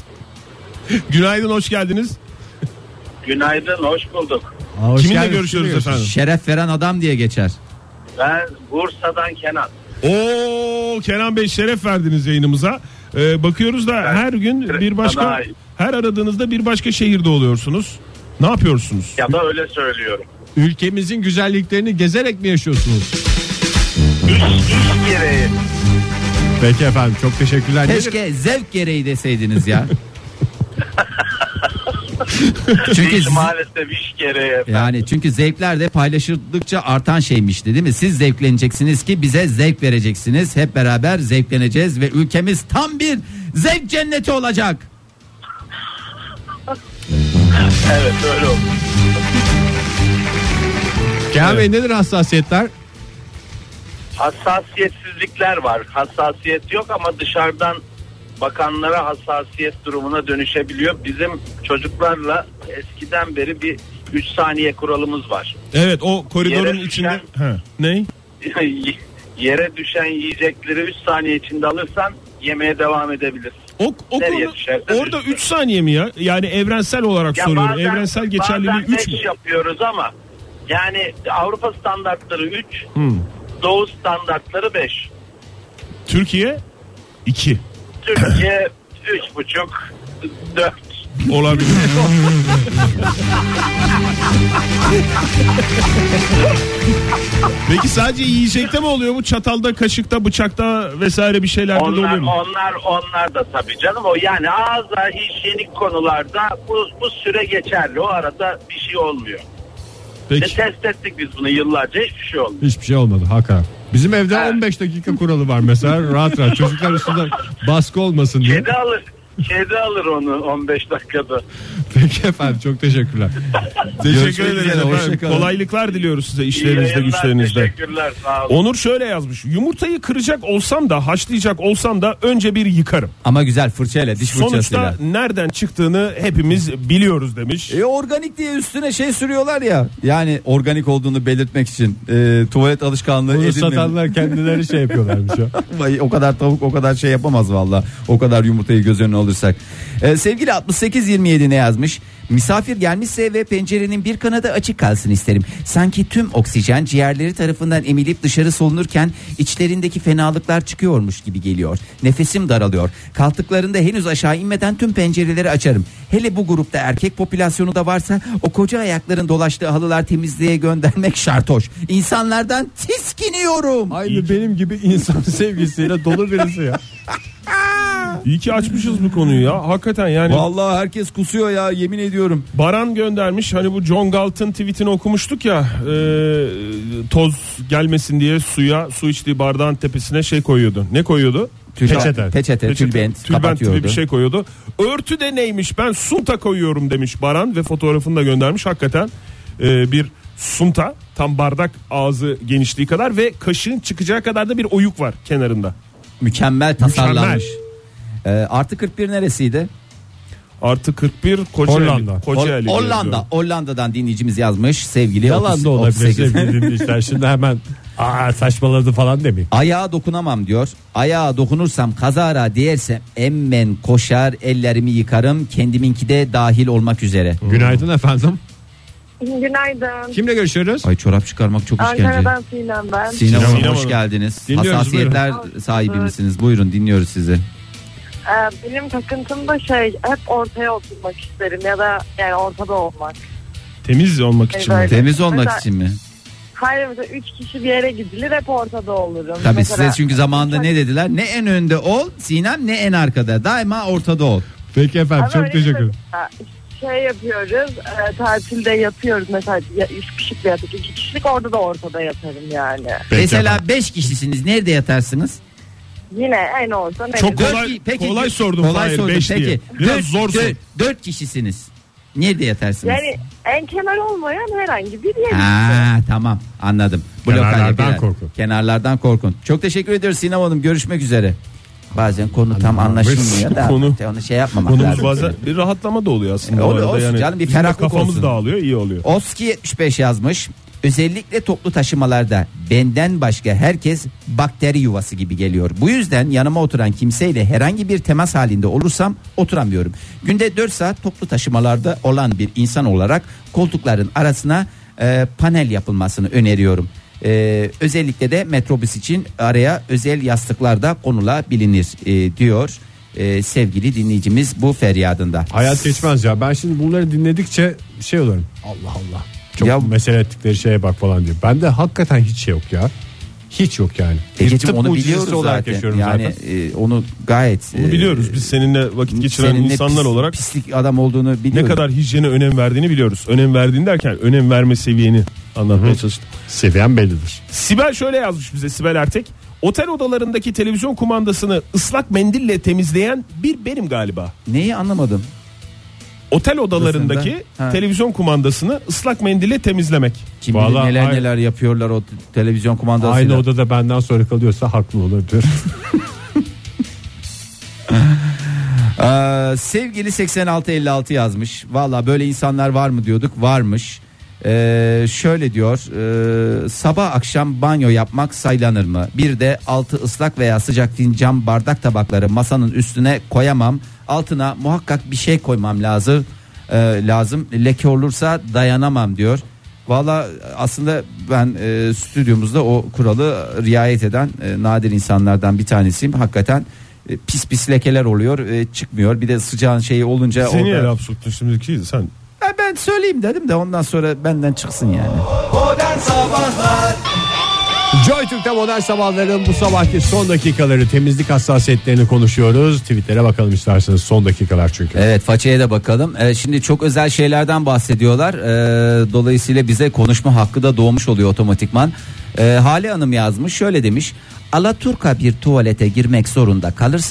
Günaydın, hoş geldiniz. Günaydın, hoş bulduk. Aa, hoş Kiminle geldiniz. görüşüyoruz efendim? Şeref veren adam diye geçer. Ben Bursa'dan Kenan. Oo, Kenan Bey, şeref verdiniz yayınımıza. Ee, bakıyoruz da her gün bir başka, Sana- her aradığınızda bir başka şehirde oluyorsunuz. Ne yapıyorsunuz? Ya da öyle söylüyorum. Ülkemizin güzelliklerini gezerek mi yaşıyorsunuz? İş, iş gereği. Peki efendim, çok teşekkürler. Nedir? Keşke zevk gereği deseydiniz ya. Çünkü İş siz- maalesef iş gereği. efendim. yani çünkü zevkler de paylaşıldıkça artan şeymişti değil mi? Siz zevkleneceksiniz ki bize zevk vereceksiniz. Hep beraber zevkleneceğiz ve ülkemiz tam bir zevk cenneti olacak. Evet öyle oldu. Kenan Bey, nedir hassasiyetler? Hassasiyetsizlikler var. Hassasiyet yok ama dışarıdan bakanlara hassasiyet durumuna dönüşebiliyor. Bizim çocuklarla eskiden beri bir üç saniye kuralımız var. Evet, o koridorun Yere içinde. düşen- He, ne? Yere düşen yiyecekleri üç saniye içinde alırsan yemeye devam edebilirsin. O, o Nereye konu, düşerse orada düşsün. üç saniye mi ya? Yani evrensel olarak Ya soruyorum. bazen- Evrensel geçerliliği bazen üç mü? beş yapıyoruz ama yani Avrupa standartları üç, Hmm. Doğu standartları beş. Türkiye iki. Türkiye üç buçuk, dört. Olabilir. Peki sadece yiyecekte mi oluyor bu? Çatalda, kaşıkta, bıçakta vesaire bir şeylerde de Onlar, oluyor mu? onlar, onlar da tabii canım. O yani ağza hijyenik konularda bu, bu süre geçerli. O arada bir şey olmuyor. Ve Peki. test ettik biz bunu yıllarca, hiçbir şey olmuyor. Hiçbir şey olmadı Hakan. Bizim evde Evet. on beş dakika kuralı var mesela, rahat rahat çocuklar üstünden baskı olmasın diye. Kedi alır, Kedi alır onu on beş dakikada. Peki efendim, çok teşekkürler. Teşekkür Görüşmek ederiz üzere, efendim. hoşçakalın. Kolaylıklar diliyoruz size İyi işlerinizde, yayınlar, güçlerinizde. teşekkürler, sağ olun. Onur şöyle yazmış. Yumurtayı kıracak olsam da, haşlayacak olsam da önce bir yıkarım. Ama güzel fırçayla, diş fırçasıyla. Sonuçta nereden çıktığını hepimiz biliyoruz demiş. E organik diye üstüne şey sürüyorlar ya. Yani organik olduğunu belirtmek için e, tuvalet alışkanlığı Bunu edinmemiş. satanlar kendileri şey yapıyorlarmış ya. Vay, o kadar tavuk o kadar şey yapamaz valla. O kadar yumurtayı göz önüne alırsak. Ee, sevgili altmış sekiz yirmi yedi ne yazmış? Misafir gelmişse ve pencerenin bir kanadı açık kalsın isterim. Sanki tüm oksijen ciğerleri tarafından emilip dışarı solunurken içlerindeki fenalıklar çıkıyormuş gibi geliyor. Nefesim daralıyor. Kalktıklarında henüz aşağı inmeden tüm pencereleri açarım. Hele bu grupta erkek popülasyonu da varsa o koca ayakların dolaştığı halılar temizliğe göndermek şartoş. İnsanlardan tiskiniyorum. Aynı benim gibi insan sevgisiyle dolu birisi ya. İyi ki açmışız bu konuyu ya. Hakikaten yani. Vallahi herkes kusuyor ya, yemin ediyorum. Baran göndermiş, hani bu John Galt'ın tweetini okumuştuk ya, e, toz gelmesin diye suya, su içtiği bardağın tepesine şey koyuyordu. Ne koyuyordu? Tül- Peçete. Peçete, tülbent, tülbent kapatıyordu. gibi bir şey koyuyordu. Örtü de neymiş, ben sunta koyuyorum demiş Baran ve fotoğrafını da göndermiş. Hakikaten e, bir sunta, tam bardak ağzı genişliği kadar ve kaşığın çıkacağı kadar da bir oyuk var kenarında. Mükemmel tasarlanmış. Ee, artı kırk bir neresiydi? Artı kırk bir Kocaeli. Hollanda. Kocaeli diye Hollanda. yazıyorum. Hollanda'dan dinleyicimiz yazmış. Sevgili Yalan otuz- da olabilir otuz sekiz. sevgili dinleyiciler. Şimdi hemen aa saçmaladı falan demeyin. Ayağa dokunamam diyor. Ayağa dokunursam kazara değersem emmen koşar ellerimi yıkarım, kendiminki de dahil olmak üzere. Günaydın efendim. Günaydın. Kimle görüşüyoruz? Ay çorap çıkarmak çok işkence. Ankara'dan Sinem ben. Sinem Sinem Hanım hoş Hanım. geldiniz. Dinliyoruz, Hassasiyetler buyurun. sahibi misiniz? Buyurun, dinliyoruz sizi. Ee, benim takıntım da şey, hep ortaya oturmak isterim ya da yani ortada olmak. Temiz olmak için mi? Evet. Temiz olmak Mesela- için mi? Hayır, mesela üç kişi bir yere gidilir, hep ortada olurum. Tabii Mesela- size çünkü zamanında ne dediler? Ne en önde ol Sinem, ne en arkada. Daima ortada ol. Peki efendim, Ama çok öyle teşekkür ederim. mesela şey yapıyoruz, e, tatilde yatıyoruz mesela, ya, üç kişilik bir yatak, iki kişilik, orada da ortada yatarım yani. Peki Mesela efendim. beş kişisiniz, nerede yatarsınız? Yine en olsa ne Çok güzel. kolay, Dört ki- peki, kolay sordum kolay Fahir, sordum. beş Peki, diye. Biraz dört, zor sor. dört, dört kişisiniz. Nerede yatarsınız? Yani en kenar olmayan herhangi bir yer. Ha, tamam, anladım. Kenarlardan Blokal yapılar. korkun. Kenarlardan korkun. Çok teşekkür ediyoruz Sinem Hanım. Görüşmek üzere. Bazen konu tam anlaşılmıyor da Konu- onu şey yapmamak Konumuz lazım. bazen bir rahatlama da oluyor aslında. E, o oluyor, arada olsun yani canım, bir bizim de ferahlık kafamız olsun. dağılıyor, iyi oluyor. Oski yetmiş beş yazmış. Özellikle toplu taşımalarda benden başka herkes bakteri yuvası gibi geliyor. Bu yüzden yanıma oturan kimseyle herhangi bir temas halinde olursam oturamıyorum. Günde dört saat toplu taşımalarda olan bir insan olarak koltukların arasına e, panel yapılmasını öneriyorum. E, özellikle de metrobüs için araya özel yastıklar da konulabilir e, diyor e, sevgili dinleyicimiz bu feryadında. Hayat geçmez ya. Ben şimdi bunları dinledikçe şey oluyorum. Allah Allah. Çok Ya- mesele ettikleri şeye bak falan diyor. Bende hakikaten hiç şey yok ya. Hiç yok yani. Bir Egeciğim, tıp onu mucizesi biliyoruz olarak zaten. yaşıyorum Yani zaten. e, onu gayet Bunu e, biliyoruz. Biz seninle vakit geçiren senin ne insanlar pis- olarak pislik adam olduğunu ne biliyorum. kadar hijyene önem verdiğini biliyoruz. Önem verdiğini derken önem verme seviyeni anlatmaya çalıştım. Seviyen bellidir. Sibel şöyle yazmış bize, Sibel Ertek. Otel odalarındaki televizyon kumandasını ıslak mendille temizleyen bir benim galiba. Neyi anlamadım. Otel odalarındaki Odasında? Ha. televizyon kumandasını ıslak mendille temizlemek. Kim bilir Vallahi neler ay- neler yapıyorlar o t- televizyon kumandasıyla. Aynı odada benden sonra kalıyorsa haklı olabilir. Ee, sevgili seksen altı elli altı yazmış. Valla böyle insanlar var mı diyorduk, varmış. Ee, şöyle diyor, e, sabah akşam banyo yapmak saylanır mı? Bir de altı ıslak veya sıcak fincan bardak tabakları masanın üstüne koyamam. Altına muhakkak bir şey koymam lazım. Ee, lazım. Leke olursa dayanamam diyor. Valla aslında ben e, stüdyomuzda o kuralı riayet eden e, nadir insanlardan bir tanesiyim. Hakikaten e, pis pis lekeler oluyor, e, çıkmıyor. Bir de sıcağın şeyi olunca Seni orada... el absürttün şimdiki sen. Ha, ben söyleyeyim dedim de ondan sonra benden çıksın yani. Modern Sabahlar Joy Türk'te modern sabahların bu sabahki son dakikaları, temizlik hassasiyetlerini konuşuyoruz. Tweetlere bakalım isterseniz, son dakikalar çünkü. Evet, façaya da bakalım. Ee, şimdi çok özel şeylerden bahsediyorlar. Ee, dolayısıyla bize konuşma hakkı da doğmuş oluyor otomatikman. Ee, Hale Hanım yazmış, şöyle demiş. Alaturka bir tuvalete girmek zorunda kalırsam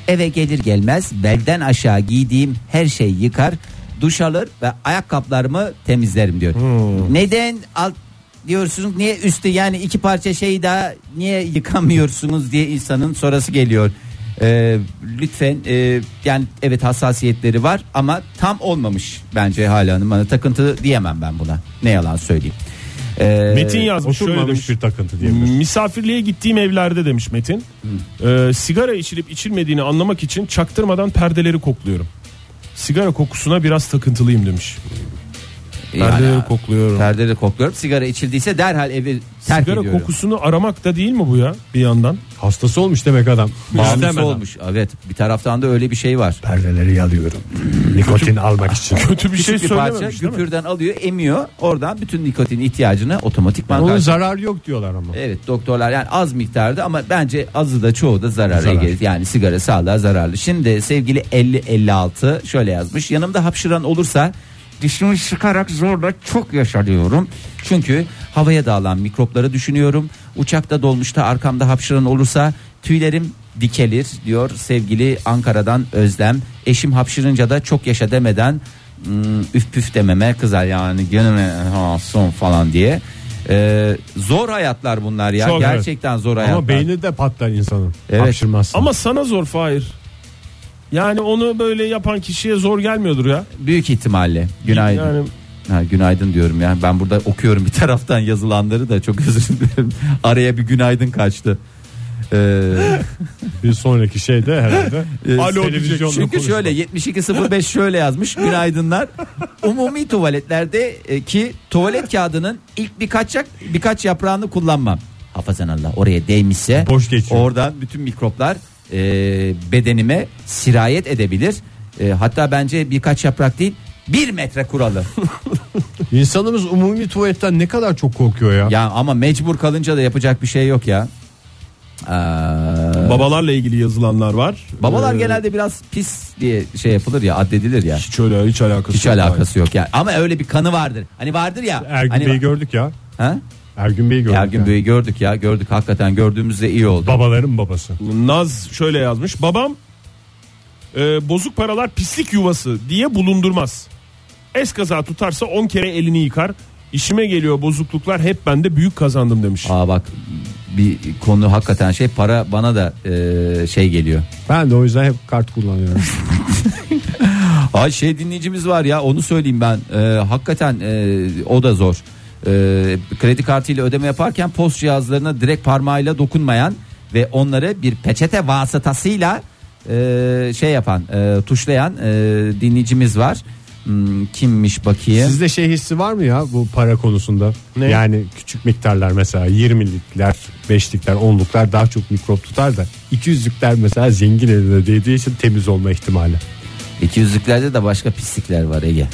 Eve gelir gelmez belden aşağı giydiğim her şeyi yıkar, duş alır ve ayakkabılarımı temizlerim diyor. Hmm. Neden alt diyorsunuz, niye üstü, yani iki parça şeyi daha niye yıkamıyorsunuz diye insanın sorası geliyor. Ee, lütfen e, yani evet hassasiyetleri var ama tam olmamış bence Hale Hanım. Bana takıntı diyemem ben buna, ne yalan söyleyeyim. Ee, Metin yazmış, şöyle demiş, bir takıntı diyebiliriz. Misafirliğe gittiğim evlerde demiş Metin. Ee, sigara içilip içilmediğini anlamak için çaktırmadan perdeleri kokluyorum. Sigara kokusuna biraz takıntılıyım demiş. Perdeleri yani, kokluyorum. Perdeleri kokluyorum. Sigara içildiyse derhal evi terk sigara ediyorum. Kokusunu aramak da değil mi bu ya bir yandan? Hastası olmuş demek adam. Bağımlısı olmuş. Evet, bir taraftan da öyle bir şey var. Perdeleri yalıyorum. Nikotin almak için. Kötü bir şey bir parça güpürden alıyor, emiyor. Oradan bütün nikotin ihtiyacını otomatikman onun karşı. Zarar yok diyorlar ama. Evet, doktorlar yani az miktarda ama bence azı da çoğu da zarara Zarar. gelir. Yani sigara sağlığa zararlı. Şimdi sevgili elli elli altı şöyle yazmış. Yanımda hapşıran olursa dişimi sıkarak zorla çok yaşanıyorum. Çünkü havaya dağılan mikropları düşünüyorum. Uçakta dolmuşta arkamda hapşıran olursa tüylerim dikelir diyor sevgili Ankara'dan Özlem. Eşim hapşırınca da çok yaşa demeden üf püf dememe kızar yani gönlüme ha son falan diye. Ee, zor hayatlar bunlar ya. Çok, gerçekten evet. Zor hayatlar. Ama beyni de patlar insanın. Evet. Hapşırmazsın. Ama sana zor Fahir. Yani onu böyle yapan kişiye zor gelmiyordur ya. Büyük ihtimalle. Günaydın. Yani... Ha, günaydın diyorum ya. Ben burada okuyorum bir taraftan yazılanları da, çok özür dilerim. Araya bir günaydın kaçtı. Ee... bir sonraki şey de herhalde. Alo diyecek. Çünkü şöyle yetmiş iki sıfır beş şöyle yazmış. Günaydınlar. Umumi tuvaletlerde ki tuvalet kağıdının ilk birkaç birkaç yaprağını kullanmam. Hafazanallah, oraya değmişse boş geçiyor. Oradan bütün mikroplar e, bedenime sirayet edebilir. E, hatta bence birkaç yaprak değil, bir metre kuralı. İnsanımız umumi tuvaletten ne kadar çok korkuyor ya. Ya ama mecbur kalınca da yapacak bir şey yok ya. Ee, Babalarla ilgili yazılanlar var. Babalar ee, genelde biraz pis diye şey yapılır ya, addedilir ya. Hiç öyle hiç alakası hiç yok. Hiç alakası yok yani. Ama öyle bir kanı vardır. Hani vardır ya. Ergün hani Bey'i gördük ya. Ha? Ergün Bey'i gördük. Ergün Bey'i gördük ya. Gördük, hakikaten gördüğümüzde iyi oldu. Babaların babası. Naz şöyle yazmış. Babam e, bozuk paralar pislik yuvası diye bulundurmaz. Eskaza tutarsa on kere elini yıkar. İşime geliyor bozukluklar, hep ben de büyük kazandım demiş. Aa bak, bir konu hakikaten şey, para bana da e, şey geliyor. Ben de o yüzden hep kart kullanıyorum. Ay şey dinleyicimiz var ya, onu söyleyeyim ben. E, hakikaten e, o da zor. E, kredi kartıyla ödeme yaparken post cihazlarına direkt parmağıyla dokunmayan ve onları bir peçete vasıtasıyla e, şey yapan, e, tuşlayan e, dinleyicimiz var. Hmm, kimmiş bakayım. Sizde şey hissi var mı ya bu para konusunda? Ne? Yani küçük miktarlar, mesela yirmilikler, beşlikler, onluklar daha çok mikrop tutar da iki yüzlükler mesela zengin eline değdiği için temiz olma ihtimali. iki yüzlüklerde de başka pislikler var Ege.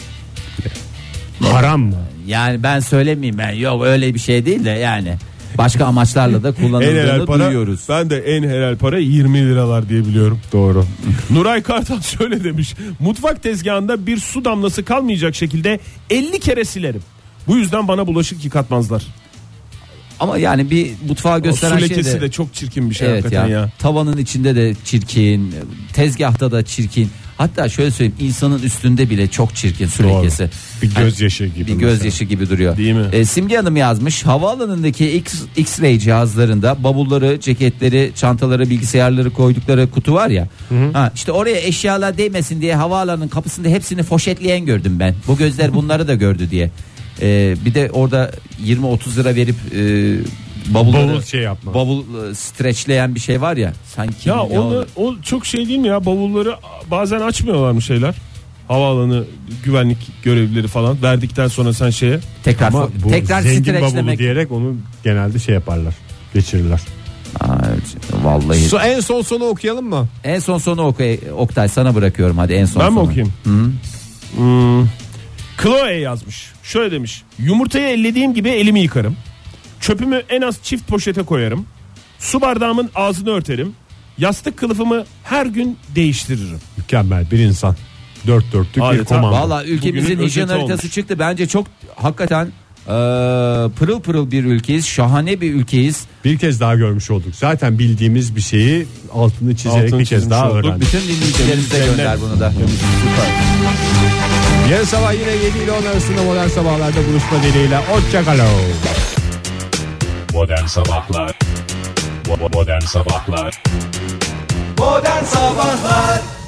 Haram mı? Yani ben söylemeyeyim, ben yok öyle bir şey değil de yani başka amaçlarla da kullanıldığını para, duyuyoruz. Ben de en helal para yirmi liralar diye biliyorum. Doğru. Nuray Kartal şöyle demiş. Mutfak tezgahında bir su damlası kalmayacak şekilde elli kere silerim. Bu yüzden bana bulaşık yıkatmazlar. Ama yani bir mutfağı gösteren şey de. Su lekesi de, de çok çirkin bir şey evet hakikaten ya. ya. Tavanın içinde de çirkin, tezgahta da çirkin. Hatta şöyle söyleyeyim, insanın üstünde bile çok çirkin su Doğru. lekesi. Bir gözyaşı gibi. Bir gözyaşı gibi duruyor. Değil mi? E, Simge Hanım yazmış. Havaalanındaki X, X-ray cihazlarında bavulları, ceketleri, çantaları, bilgisayarları koydukları kutu var ya. Hı hı. Ha, işte oraya eşyalar değmesin diye havaalanının kapısında hepsini foşetleyen gördüm ben. Bu gözler bunları da gördü diye. E, bir de orada yirmi otuz lira verip e, bavulları, bavul şey yapma. Bavul e, streçleyen bir şey var ya. Sanki ya onu, o çok şey değil mi ya, bavulları bazen açmıyorlar mı şeyler? Havaalanı güvenlik görevlileri falan verdikten sonra sen şeye tekrar ama bu tekrar zengin streçlemek bavulu diyerek onu genelde şey yaparlar, geçirirler. Aa, vallahi. So, en son sonu okuyalım mı? En son sonu oku, Oktay sana bırakıyorum hadi en son ben sonu. mi okuyayım? Hı? Hmm. Chloe yazmış. Şöyle demiş. Yumurtayı ellediğim gibi elimi yıkarım. Çöpümü en az çift poşete koyarım. Su bardağımın ağzını örterim. Yastık kılıfımı her gün değiştiririm. Mükemmel bir insan. Dört dörtlük Adeta, bir komando. Valla ülkemizin hijyen haritası çıktı. Bence çok hakikaten Ee, pırıl pırıl bir ülkeyiz, şahane bir ülkeyiz. Bir kez daha görmüş olduk. Zaten bildiğimiz bir şeyi altını çizerek Altını bir kez daha çizmiş olduk. öğrendik. Bütün dinleyicilerimize gönder bunu da. Yarın sabah yine yedi ile on arasında modern sabahlarda buluşma dileğiyle. Hoşçakalın. Modern Sabahlar Bo- Modern Sabahlar Modern Sabahlar